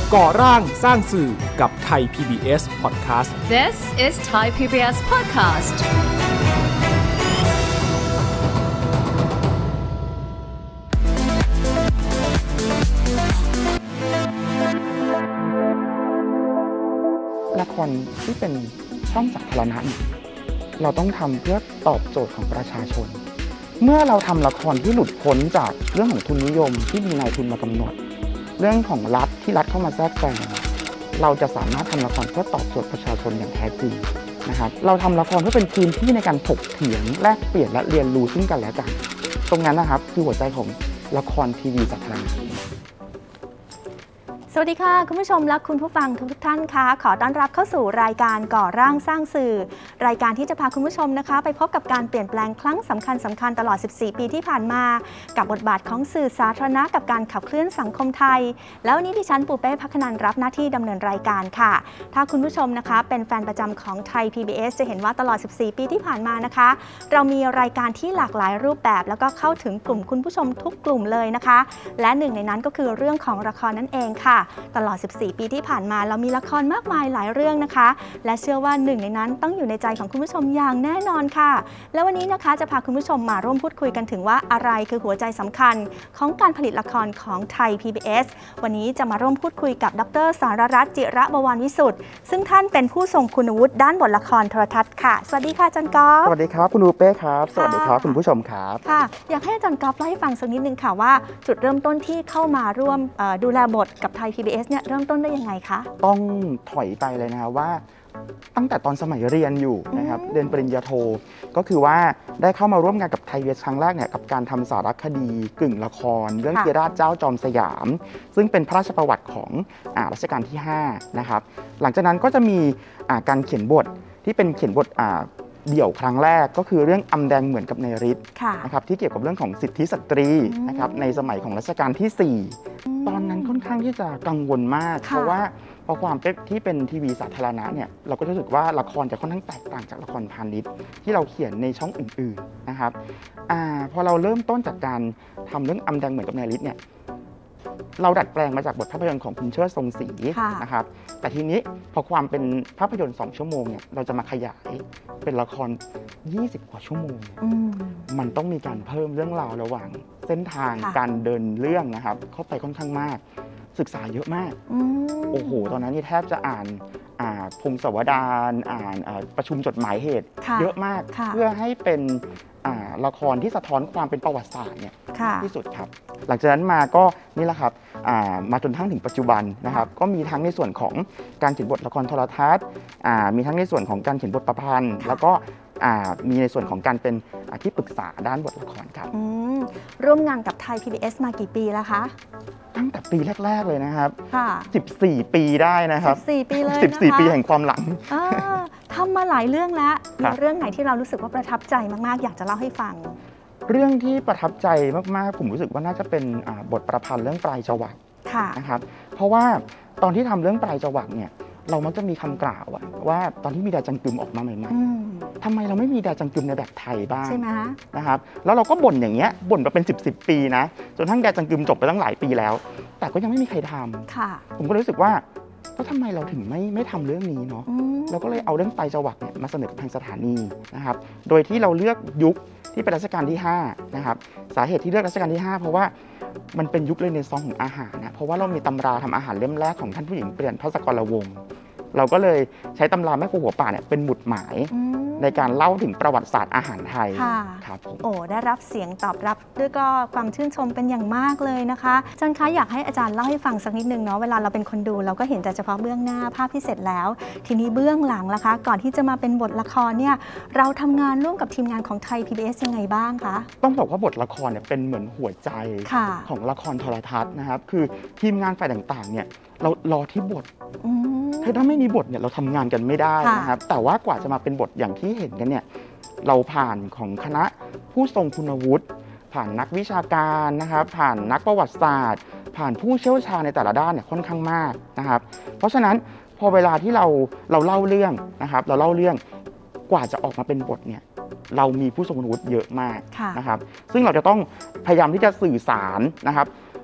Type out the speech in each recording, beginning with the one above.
ก่อร่างสร้างสื่อกับไทย PBS Podcast This is Thai PBS Podcast ละครที่เป็นช่องสาธารณะเราต้องทำเพื่อตอบโจทย์ของประชาชนเมื่อเราทำละครที่หลุดพ้นจากเรื่องของทุนนิยมที่มีนายทุนมากำหนดเรื่องของรัฐที่รัฐเข้ามาแทรกแซงเราจะสามารถทำละครเพื่อตอบโจทย์ประชาชนอย่างแท้จริงนะครับเราทำละครเพื่อเป็นพื้นที่ในการถกเถียงแลกเปลี่ยนและเรียนรู้ซึ่งกันและกันตรงนั้นนะครับคือหัวใจของละครทีวีสาธารณะสวัสดีค่ะคุณผู้ชมและคุณผู้ฟังทุกท่านค่ะขอต้อนรับเข้าสู่รายการก่อร่างสร้างสื่อรายการที่จะพาคุณผู้ชมนะคะไปพบกับการเปลี่ยนแปลงครั้งสำคัญตลอด14ปีที่ผ่านมากับบทบาทของสื่อสาธารณะกับการขับเคลื่อนสังคมไทยแล้ววันนี้ดิฉันปูเป้ภัคนันท์รับหน้าที่ดำเนินรายการค่ะถ้าคุณผู้ชมนะคะเป็นแฟนประจำของไทย PBS จะเห็นว่าตลอด14ปีที่ผ่านมานะคะเรามีรายการที่หลากหลายรูปแบบแล้วก็เข้าถึงกลุ่มคุณผู้ชมทุกกลุ่มเลยนะคะและหนึ่งในนั้นก็คือเรื่องของละครนั่นเองค่ะตลอด14ปีที่ผ่านมาเรามีละครมากมายหลายเรื่องนะคะและเชื่อว่าหนึ่งในนั้นต้องอยู่ในใจของคุณผู้ชมอย่างแน่นอนค่ะและวันนี้นะคะจะพาคุณผู้ชมมาร่วมพูดคุยกันถึงว่าอะไรคือหัวใจสำคัญของการผลิตละครของไทย PBS วันนี้จะมาร่วมพูดคุยกับดร.สารรัตน์ จิระบวรวิสุทธิ์ซึ่งท่านเป็นผู้ทรงคุณวุฒิด้านบทละครโทรทัศน์ค่ะสวัสดีค่ะอาจารย์ก๊อฟสวัสดีครับคุณอูเป้ครับสวัสดีครับคุณผู้ชมครับค่ะอยากให้อาจารย์ก๊อฟเล่าให้ฟังสักนิดนึงค่ะว่าจุดเริ่มต้นที่เข้ามาร่วมดูแลบทกับไทย PBS เนี่ยเริ่มต้นได้ยังไงคะต้องถอยไปเลยนะครับว่าตั้งแต่ตอนสมัยเรียนอยู่นะครับเรียนปริญญาโทก็คือว่าได้เข้ามาร่วมงานกับไทย PBS ครั้งแรกเนี่ยกับการทำสารคดีกึ่งละครเรื่องธีราชเจ้าจอมสยามซึ่งเป็นพระราชประวัติของรัชกาลที่5นะครับหลังจากนั้นก็จะมีการเขียนบทที่เป็นเขียนบทเดี่ยวครั้งแรกก็คือเรื่องอำแดงเหมือนกับในฤทธิ์นะครับที่เกี่ยวกับเรื่องของสิทธิสตรีนะครับในสมัยของรัชกาลที่4ตอนนั้นค่อนข้างที่จะกังวลมากเพราะว่าพอความที่เป็นทีวีสาธารณะเนี่ยเราก็รู้สึกว่าละครจะค่อนข้างแตกต่างจากละครพาณิชย์ที่เราเขียนในช่องอื่นๆนะครับพอเราเริ่มต้นจากการทำเรื่องอำแดงเหมือนกับในฤทธิ์เนี่ยเราดัดแปลงมาจากบทภาพยนตร์ของคุณเชิดทรงศรีนะครับแต่ทีนี้พอความเป็นภาพยนตร์2ชั่วโมงเนี่ยเราจะมาขยายเป็นละคร20กว่าชั่วโมงมันต้องมีการเพิ่มเรื่องราวระหว่างเส้นทางการเดินเรื่องนะครับเข้าไปค่อนข้างมากศึกษาเยอะมากโอ้โหตอนนั้นนี่แทบจะอ่านพงศาวดารอ่านประชุมจดหมายเหตุเยอะมากเพื่อให้เป็นละครที่สะท้อนความเป็นประวัติศาสตร์เนี่ยที่สุดครับหลังจากนั้นมาก็นี่แหละครับมาจนถึงปัจจุบันนะครับก็มีทั้งในส่วนของการเขียนบทละครโทรทัศน์มีทั้งในส่วนของการเขียนบทประพันธ์แล้วก็มีในส่วนของการเป็นที่ปรึกษาด้านบทละครครับร่วมงานกับไทย PBS มากี่ปีแล้วคะตั้งแต่ปีแรกๆเลยนะครับ14ปีได้นะครับ 14ปีเลยนะคะ 14ปีแห่งความหลังทำมาหลายเรื่องแล้วมีเรื่องไหนที่เรารู้สึกว่าประทับใจมากๆอยากจะเล่าให้ฟังเรื่องที่ประทับใจมากๆผมรู้สึกว่าน่าจะเป็นบทประพันธ์เรื่องปลายจวักนะครับเพราะว่าตอนที่ทำเรื่องปลายจวักเนี่ยเรามักจะมีคำกล่าวว่าตอนที่มีแดจังกึมออกมาใหม่ๆทำไมเราไม่มีแดจังกึมในแบบไทยบ้างใช่ไหมนะครับแล้วเราก็บ่นอย่างเงี้ยบ่นมาเป็น10 ปีนะจนทั้งแดจังกึมจบไปตั้งหลายปีแล้วแต่ก็ยังไม่มีใครทำผมก็รู้สึกว่าก็ทำไมเราถึงไม่ทำเรื่องนี้เนาะเราก็เลยเอาเรื่องปลายจวักเนี่ยมาเสนอทางสถานีนะครับโดยที่เราเลือกยุคที่เป็นรัชกาลที่5นะครับสาเหตุที่เลือกรัชกาลที่5เพราะว่ามันเป็นยุคเรเนซองส์ของอาหารนะเพราะว่าเรามีตำราทำอาหารเล่มแรกของท่านผู้หญิงเปลี่ยนพระสกรวงศ์เราก็เลยใช้ตำราแม่ครัวหัวป่าเนี่ยเป็นหมุดหมายในการเล่าถึงประวัติศาสตร์อาหารไทยครับผมได้รับเสียงตอบรับด้วยก็ความชื่นชมเป็นอย่างมากเลยนะคะอาจารย์คะอยากให้อาจารย์เล่าให้ฟังสักนิดนึงเนาะเวลาเราเป็นคนดูเราก็เห็นแต่เฉพาะเบื้องหน้าภาพที่เสร็จแล้วทีนี้เบื้องหลังล่ะคะก่อนที่จะมาเป็นบทละครเนี่ยเราทำงานร่วมกับทีมงานของไทย PBS ยังไงบ้างคะต้องบอกว่าบทละครเนี่ยเป็นเหมือนหัวใจของละครโทรทัศน์นะครับคือทีมงานฝ่ายต่างๆเนี่ยเรารอที่บทถ้าไม่มีบทเนี่ยเราทำงานกันไม่ได้นะครับแต่ว่ากว่าจะมาเป็นบทอย่างที่เห็นกันเนี่ยเราผ่านของคณะผู้ทรงคุณวุฒิผ่านนักวิชาการนะครับผ่านนักประวัติศาสตร์ผ่านผู้เชี่ยวชาญในแต่ละด้านเนี่ยค่อนข้างมากนะครับเพราะฉะนั้นพอเวลาที่เราเล่าเรื่องนะครับเราเล่าเรื่องกว่าจะออกมาเป็นบทเนี่ยเรามีผู้ทรงคุณวุฒิเยอะมากนะครับซึ่งเราจะต้องพยายามที่จะสื่อสารนะครับ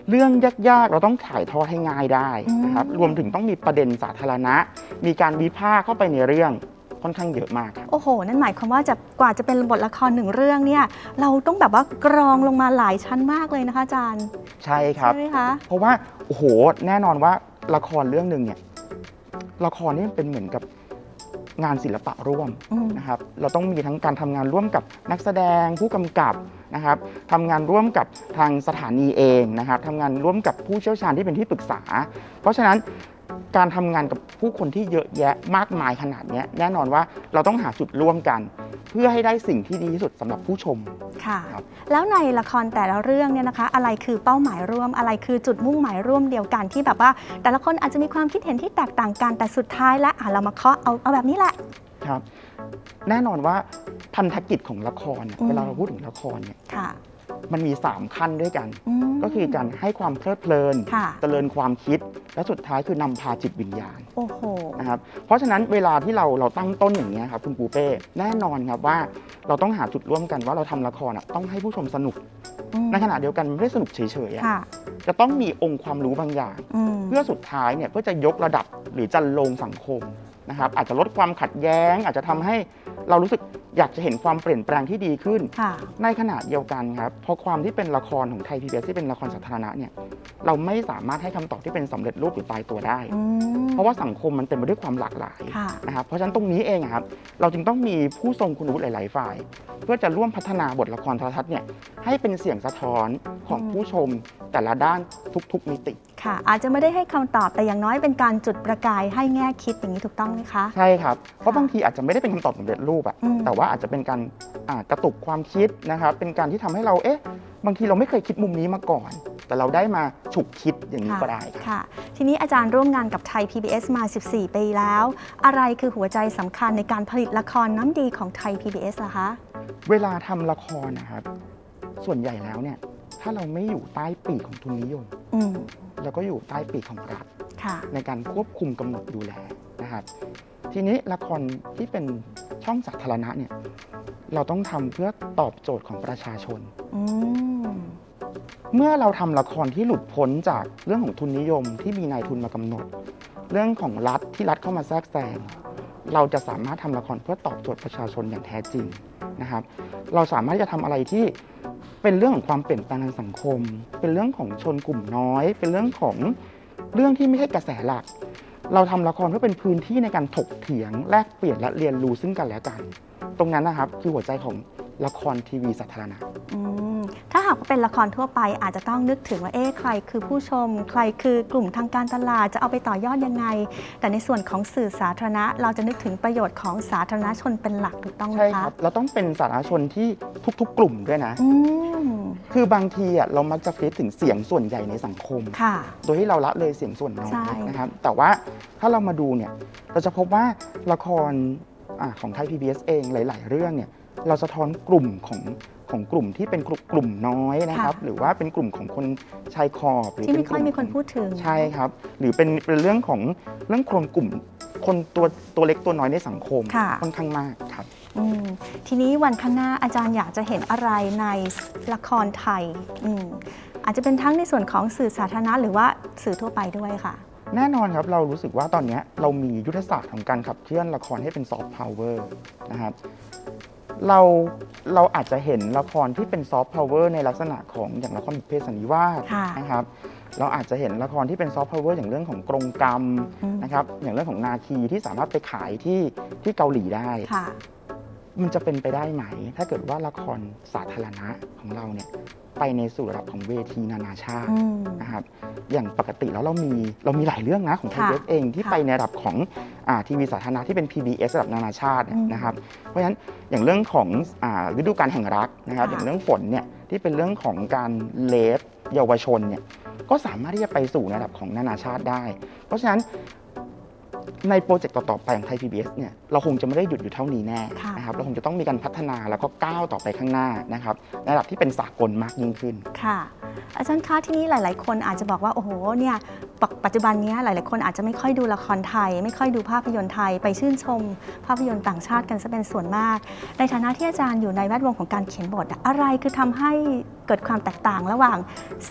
เรื่องยากๆเราต้องถ่ายทอดให้ง่ายได้นะครับรวมถึงต้องมีประเด็นสาธารณะมีการวิพากษ์เข้าไปในเรื่องค่อนข้างเยอะมากครับโอ้โหนั่นหมายความว่ากว่าจะเป็นบทละครหนึ่งเรื่องเนี่ยเราต้องแบบว่ากรองลงมาหลายชั้นมากเลยนะคะอาจารย์ใช่ครับใช่ไหมคะเพราะว่าโอ้โหแน่นอนว่าละครเรื่องนึงเนี่ยละครนี่เป็นเหมือนกับงานศิลปะร่วมนะครับเราต้องมีทั้งการทำงานร่วมกับนักแสดงผู้กำกับนะครับทำงานร่วมกับทางสถานีเองนะครับทำงานร่วมกับผู้เชี่ยวชาญที่เป็นที่ปรึกษาเพราะฉะนั้นการทำงานกับผู้คนที่เยอะแยะมากมายขนาดนี้แน่นอนว่าเราต้องหาจุดร่วมกันเพื่อให้ได้สิ่งที่ดีที่สุดสำหรับผู้ชมค่ะแล้วในละครแต่ละเรื่องเนี่ยนะคะอะไรคือเป้าหมายร่วมอะไรคือจุดมุ่งหมายร่วมเดียวกันที่แบบว่าแต่ละคนอาจจะมีความคิดเห็นที่แตกต่างกันแต่สุดท้ายแล้วเรามาเคาะเอาแบบนี้แหละครับแน่นอนว่าพันธกิจของละครเวลาเราพูดถึงละครเนี่ยมันมี3ขั้นด้วยกันก็คือการให้ความเพลิดเพลินเจริญความคิดและสุดท้ายคือนำพาจิตวิญญาณนะครับเพราะฉะนั้นเวลาที่เราตั้งต้นอย่างนี้ครับคุณปูเป้แน่นอนครับว่าเราต้องหาจุดร่วมกันว่าเราทำละครต้องให้ผู้ชมสนุกในขณะเดียวกันไม่ได้สนุกเฉยๆจะต้องมีองค์ความรู้บางอย่างเพื่อสุดท้ายเนี่ยเพื่อจะยกระดับหรือจันโลงสังคมนะครับอาจจะลดความขัดแย้งอาจจะทำให้เรารู้สึกอยากจะเห็นความเปลี่ยนแปลงที่ดีขึ้นในขณะเดียวกันครับพอความที่เป็นละครของไทย PBS ที่เป็นละครสาธารณะเนี่ยเราไม่สามารถให้คำตอบที่เป็นสำเร็จรูปหรือตายตัวได้เพราะว่าสังคมมันเต็มไปด้วยความหลากหลายนะครับเพราะฉะนั้นตรงนี้เองครับเราจึงต้องมีผู้ทรงคุณวุฒิหลายๆฝ่ายเพื่อจะร่วมพัฒนาบทละครโทรทัศน์เนี่ยให้เป็นเสียงสะท้อนของผู้ชมแต่ละด้านทุกๆมิติค่ะอาจจะไม่ได้ให้คำตอบแต่อย่างน้อยเป็นการจุดประกายให้แง่คิดอย่างนี้ถูกต้องไหมคะใช่ครับเพราะบางทีอาจจะไม่ได้เป็นคำตอบสำเร็จรูปแต่ว่าอาจจะเป็นการกระตุกความคิดนะครับเป็นการที่ทำให้เราบางทีเราไม่เคยคิดมุมนี้มาก่อนแต่เราได้มาฉุกคิดอย่างนี้ก็ได้ค่ะทีนี้อาจารย์ร่วมงานกับไทย PBS มา14 ปีแล้วอะไรคือหัวใจสำคัญในการผลิตละครน้ำดีของไทย PBS ล่ะคะเวลาทำละครนะครับส่วนใหญ่แล้วเนี่ยถ้าเราไม่อยู่ใต้ปีกของทุนนิยมเราก็อยู่ใต้ปีกของรัฐในการควบคุมกำหนดดูแลนะครับทีนี้ละครที่เป็นช่องสาธารณะเนี่ยเราต้องทำเพื่อตอบโจทย์ของประชาชนเมื่อเราทำละครที่หลุดพ้นจากเรื่องของทุนนิยมที่มีนายทุนมากำหนดเรื่องของรัฐที่รัฐเข้ามาแทรกแซงเราจะสามารถทำละครเพื่อตอบโจทย์ประชาชนอย่างแท้จริงนะครับเราสามารถจะทำอะไรที่เป็นเรื่องของความเปลี่ยนแปลงทางสังคมเป็นเรื่องของชนกลุ่มน้อยเป็นเรื่องที่ไม่ใช่กระแสหลักเราทำละครเพื่อเป็นพื้นที่ในการถกเถียงแลกเปลี่ยนและเรียนรู้ซึ่งกันและกันตรงนั้นนะครับคือหัวใจของละครทีวีสาธารณะถ้าหากว่าเป็นละครทั่วไปอาจจะต้องนึกถึงว่าใครคือผู้ชมใครคือกลุ่มทางการตลาดจะเอาไปต่อยอดยังไงแต่ในส่วนของสื่อสาธารณะเราจะนึกถึงประโยชน์ของสาธารณชนเป็นหลักถูกต้องไหมคะใช่ครับเราต้องเป็นสาธารณชนที่ทุกๆกลุ่มด้วยนะคือบางทีเรามักจะคิดถึงเสียงส่วนใหญ่ในสังคมโดยที่เราละเลยเสียงส่วนน้อยนะครับแต่ว่าถ้าเรามาดูเนี่ยเราจะพบว่าละครของไทย PBS เองหลายๆเรื่องเนี่ยเราสะท้อนกลุ่มของกลุ่มที่เป็นกลุ่มน้อยนะครับหรือว่าเป็นกลุ่มของคนชายขอบหรือที่ไม่ค่อยมีคนพูดถึงใช่ครับหรือเป็นเรื่องของคนกลุ่มคนตัวเล็กตัวน้อยในสังคมค่อนข้างมากครับทีนี้วันข้างหน้าอาจารย์อยากจะเห็นอะไรในละครไทยอาจจะเป็นทั้งในส่วนของสื่อสาธารณะหรือว่าสื่อทั่วไปด้วยค่ะแน่นอนครับเรารู้สึกว่าตอนนี้เรามียุทธศาสตร์ของการขับเคลื่อนละครให้เป็นซอฟต์พาวเวอร์นะครับเราอาจจะเห็นละครที่เป็นซอฟต์พาวเวอร์ในลักษณะของอย่างละครบุพเพสันนิวาสนะครับเราอาจจะเห็นละครที่เป็นซอฟต์พาวเวอร์อย่างเรื่องของกรงกรรมนะครับอย่างเรื่องของนาคีที่สามารถไปขายที่เกาหลีได้มันจะเป็นไปได้ไหมถ้าเกิดว่าละครสาธารณะของเราเนี่ยไปในสู่ระดับของเวทีนานาชาตินะครับอย่างปกติแล้วเรามีหลายเรื่องนะของ PBS เองที่ไปในระดับของทีวีสาธารณะที่เป็น PBS ระดับนานาชาตินะครับเพราะฉะนั้นอย่างเรื่องของฤดูกาลแห่งรักนะครับอย่างเรื่องฝนเนี่ยที่เป็นเรื่องของการเลฟเยาวชนเนี่ยก็สามารถที่จะไปสู่ระดับของนานาชาติได้เพราะฉะนั้นในโปรเจกต์ต่อๆไปของไทย PBS เนี่ยเราคงจะไม่ได้หยุดอยู่เท่านี้แน่นะครับเราคงจะต้องมีการพัฒนาแล้วก็ก้าวต่อไปข้างหน้านะครับในระดับที่เป็นสากลมากยิ่งขึ้นค่ะอาจารย์คะที่นี้หลายๆคนอาจจะบอกว่าโอ้โหเนี่ยปัจจุบันนี้หลายๆคนอาจจะไม่ค่อยดูละครไทยไม่ค่อยดูภาพยนตร์ไทยไปชื่นชมภาพยนตร์ต่างชาติกันซะเป็นส่วนมากในฐานะที่อาจารย์อยู่ในแวดวงของการเขียนบทอะไรคือทำให้เกิดความแตกต่างระหว่าง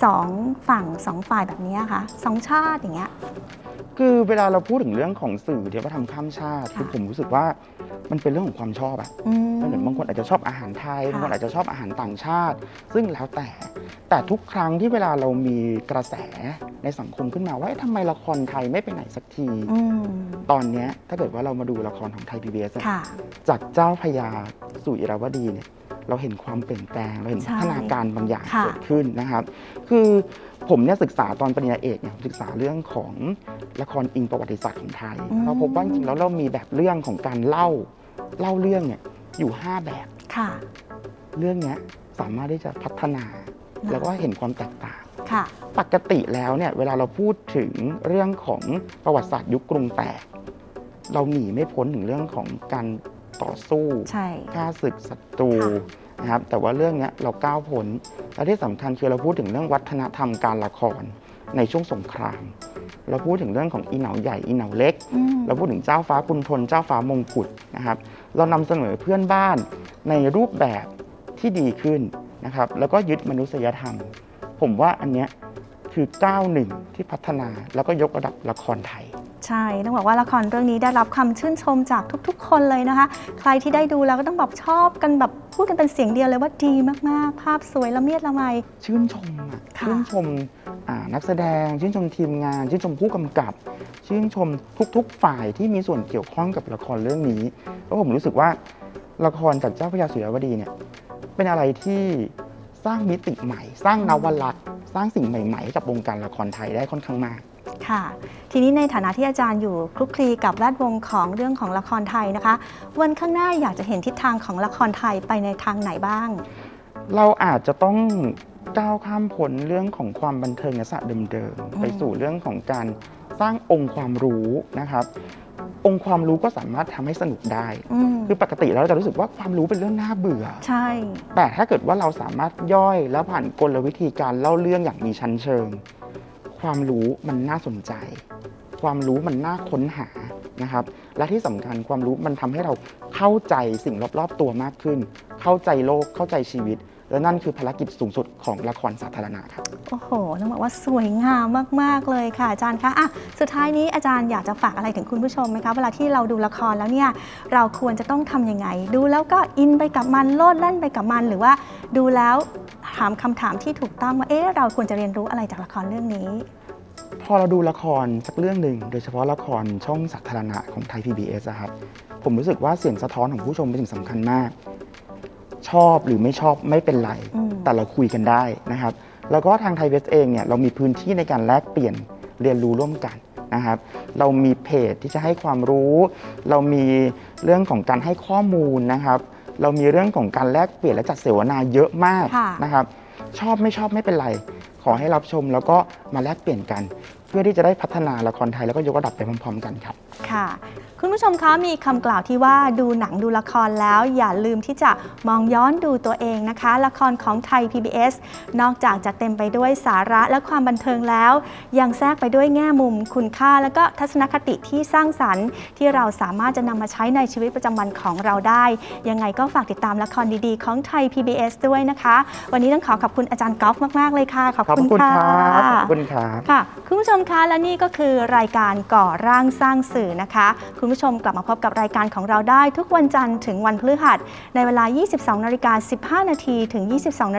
2ฝั่ง2ฝ่ายแบบนี้คะ2ชาติอย่างเงี้ยคือเวลาเราพูดถึงเรื่องของสื่อที่ว่าทำข้ามชาติคือผมรู้สึกว่ามันเป็นเรื่องของความชอบอะเหมือนบางคนอาจจะชอบอาหารไทยบางคนอาจจะชอบอาหารต่างชาติซึ่งแล้วแต่ทุกครั้งที่เวลาเรามีกระแสในสังคมขึ้นมาว่าทำไมละครไทยไม่ไปไหนสักทีตอนนี้ถ้าเกิดว่าเรามาดูละครของไทย PBS จากเจ้าพระยาสู่อิราวดีเนี่ยเราเห็นความเปลี่ยนแปลงเราเห็นพัฒนาการบางอย่างเกิดขึ้นนะครับคือผมเนี่ยศึกษาตอนปริญญาเอกเนี่ยศึกษาเรื่องของละครอิงประวัติศาสตร์ของไทยเราพบว่าจริงๆแล้วเรามีแบบเรื่องของการเล่าเรื่องเนี่ยอยู่5แบบเรื่องนี้สามารถที่จะพัฒนาแล้วก็เห็นความแตกต่างปกติแล้วเนี่ยเวลาเราพูดถึงเรื่องของประวัติศาสตร์ยุคกรุงแตกเราหนีไม่พ้นถึงเรื่องของการต่อสู้ฆ่าศึกศัตรูนะครับแต่ว่าเรื่องนี้เราก้าวพ้นและที่สำคัญคือเราพูดถึงเรื่องวัฒนธรรมการละครในช่วงสงครามเราพูดถึงเรื่องของอีเหนาใหญ่อีเหนาเล็กเราพูดถึงเจ้าฟ้ากุณฑลเจ้าฟ้ามงกุฎนะครับเรานำเสนอเพื่อนบ้านในรูปแบบที่ดีขึ้นนะครับแล้วก็ยึดมนุษยธรรมผมว่าอันเนี้ยคือก้าวหนึ่งที่พัฒนาแล้วก็ยกระดับละครไทยใช่ต้องบอกว่าละครเรื่องนี้ได้รับคำชื่นชมจากทุกๆคนเลยนะคะใครที่ได้ดูแล้วก็ต้องแบบชอบกันแบบพูดกันเป็นเสียงเดียวเลยว่าดีมากๆภาพสวยละเมียดละไมชื่นชมชื่นชมนักแสดงชื่นชมทีมงานชื่นชมผู้กำกับชื่นชมทุกๆฝ่ายที่มีส่วนเกี่ยวข้องกับละครเรื่องนี้เพราะผมรู้สึกว่าละครจากเจ้าพระยาสุริยวดีเนี่ยเป็นอะไรที่สร้างมิติใหม่สร้างนวลักษณ์สร้างสิ่งใหม่ๆให้กับวงการละครไทยได้ค่อนข้างมากค่ะทีนี้ในฐานะที่อาจารย์อยู่คลุกคลีกับแวดวงของเรื่องของละครไทยนะคะวันข้างหน้าอยากจะเห็นทิศทางของละครไทยไปในทางไหนบ้างเราอาจจะต้องก้าวข้ามพ้นเรื่องของความบันเทิงลักษณะเดิมๆไปสู่เรื่องของการสร้างองค์ความรู้นะครับองค์ความรู้ก็สามารถทำให้สนุกได้คือปกติแล้วเราจะรู้สึกว่าความรู้เป็นเรื่องน่าเบื่อใช่แต่ถ้าเกิดว่าเราสามารถย่อยแล้วผ่านกลวิธีการเล่าเรื่องอย่างมีชั้นเชิงความรู้มันน่าสนใจความรู้มันน่าค้นหานะครับและที่สำคัญความรู้มันทำให้เราเข้าใจสิ่งรอบๆตัวมากขึ้นเข้าใจโลกเข้าใจชีวิตและนั่นคือภารกิจสูงสุดของละครสาธารณะครับโอ้โหต้องบอกว่าสวยงามมากๆเลยค่ะอาจารย์คะสุดท้ายนี้อาจารย์อยากจะฝากอะไรถึงคุณผู้ชมไหมคะเวลาที่เราดูละครแล้วเนี่ยเราควรจะต้องทำยังไงดูแล้วก็อินไปกับมันโลดแล่นไปกับมันหรือว่าดูแล้วถามคำถามที่ถูกต้องว่าเราควรจะเรียนรู้อะไรจากละครเรื่องนี้พอเราดูละครสักเรื่องหนึ่งโดยเฉพาะละครช่องสาธารณะของไทย PBS ครับผมรู้สึกว่าเสียงสะท้อนของผู้ชมเป็นสิ่งสำคัญมากชอบหรือไม่ชอบไม่เป็นไรแต่เราคุยกันได้นะครับแล้วก็ทางไทย PBS เองเนี่ยเรามีพื้นที่ในการแลกเปลี่ยนเรียนรู้ร่วมกันนะครับเรามีเพจที่จะให้ความรู้เรามีเรื่องของการให้ข้อมูลนะครับเรามีเรื่องของการแลกเปลี่ยนและจัดเสวนาเยอะมากนะครับชอบไม่ชอบไม่เป็นไรขอให้รับชมแล้วก็มาแลกเปลี่ยนกันเพื่อที่จะได้พัฒนาละครไทยแล้วก็ยกระดับไปพร้อมๆกันครับค่ะคุณผู้ชมคะมีคำกล่าวที่ว่าดูหนังดูละครแล้วอย่าลืมที่จะมองย้อนดูตัวเองนะคะละครของไทย PBS นอกจากจะเต็มไปด้วยสาระและความบันเทิงแล้วยังแทรกไปด้วยแง่มุมคุณค่าและก็ทัศนคติที่สร้างสรรค์ที่เราสามารถจะนำมาใช้ในชีวิตประจำวันของเราได้ยังไงก็ฝากติดตามละครดีๆของไทย PBS ด้วยนะคะวันนี้ต้องขอบคุณอาจารย์ก๊อฟมากๆเลยค่ะขอบคุณค่ะขอบคุณครับค่ะคุณผู้ชมคะและนี่ก็คือรายการก่อร่างสร้างสื่อนะคะคุณผู้ชมกลับมาพบกับรายการของเราได้ทุกวันจันทร์ถึงวันพฤหัสในเวลา 22:15 น.ถึง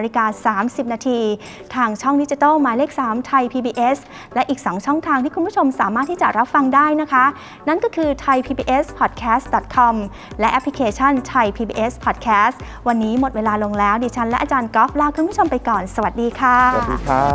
22:30 น.ทางช่องดิจิทัลหมายเลข 3 ไทย PBS และอีก2ช่องทางที่คุณผู้ชมสามารถที่จะรับฟังได้นะคะนั่นก็คือ thaipbspodcast.com และแอปพลิเคชัน Thai PBS Podcast วันนี้หมดเวลาลงแล้วดิฉันและอาจารย์ก๊อฟลาคุณผู้ชมไปก่อนสวัสดีค่ะสวัสดีครับ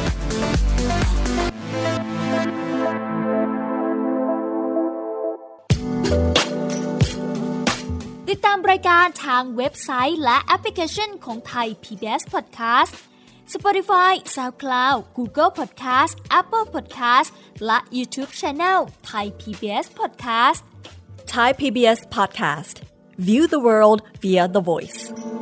ติดตามรายการทางเว็บไซต์และแอปพลิเคชันของไทย PBS Podcast Spotify SoundCloud Google Podcast Apple Podcast และ YouTube Channel Thai PBS Podcast Thai PBS Podcast View the world via the voice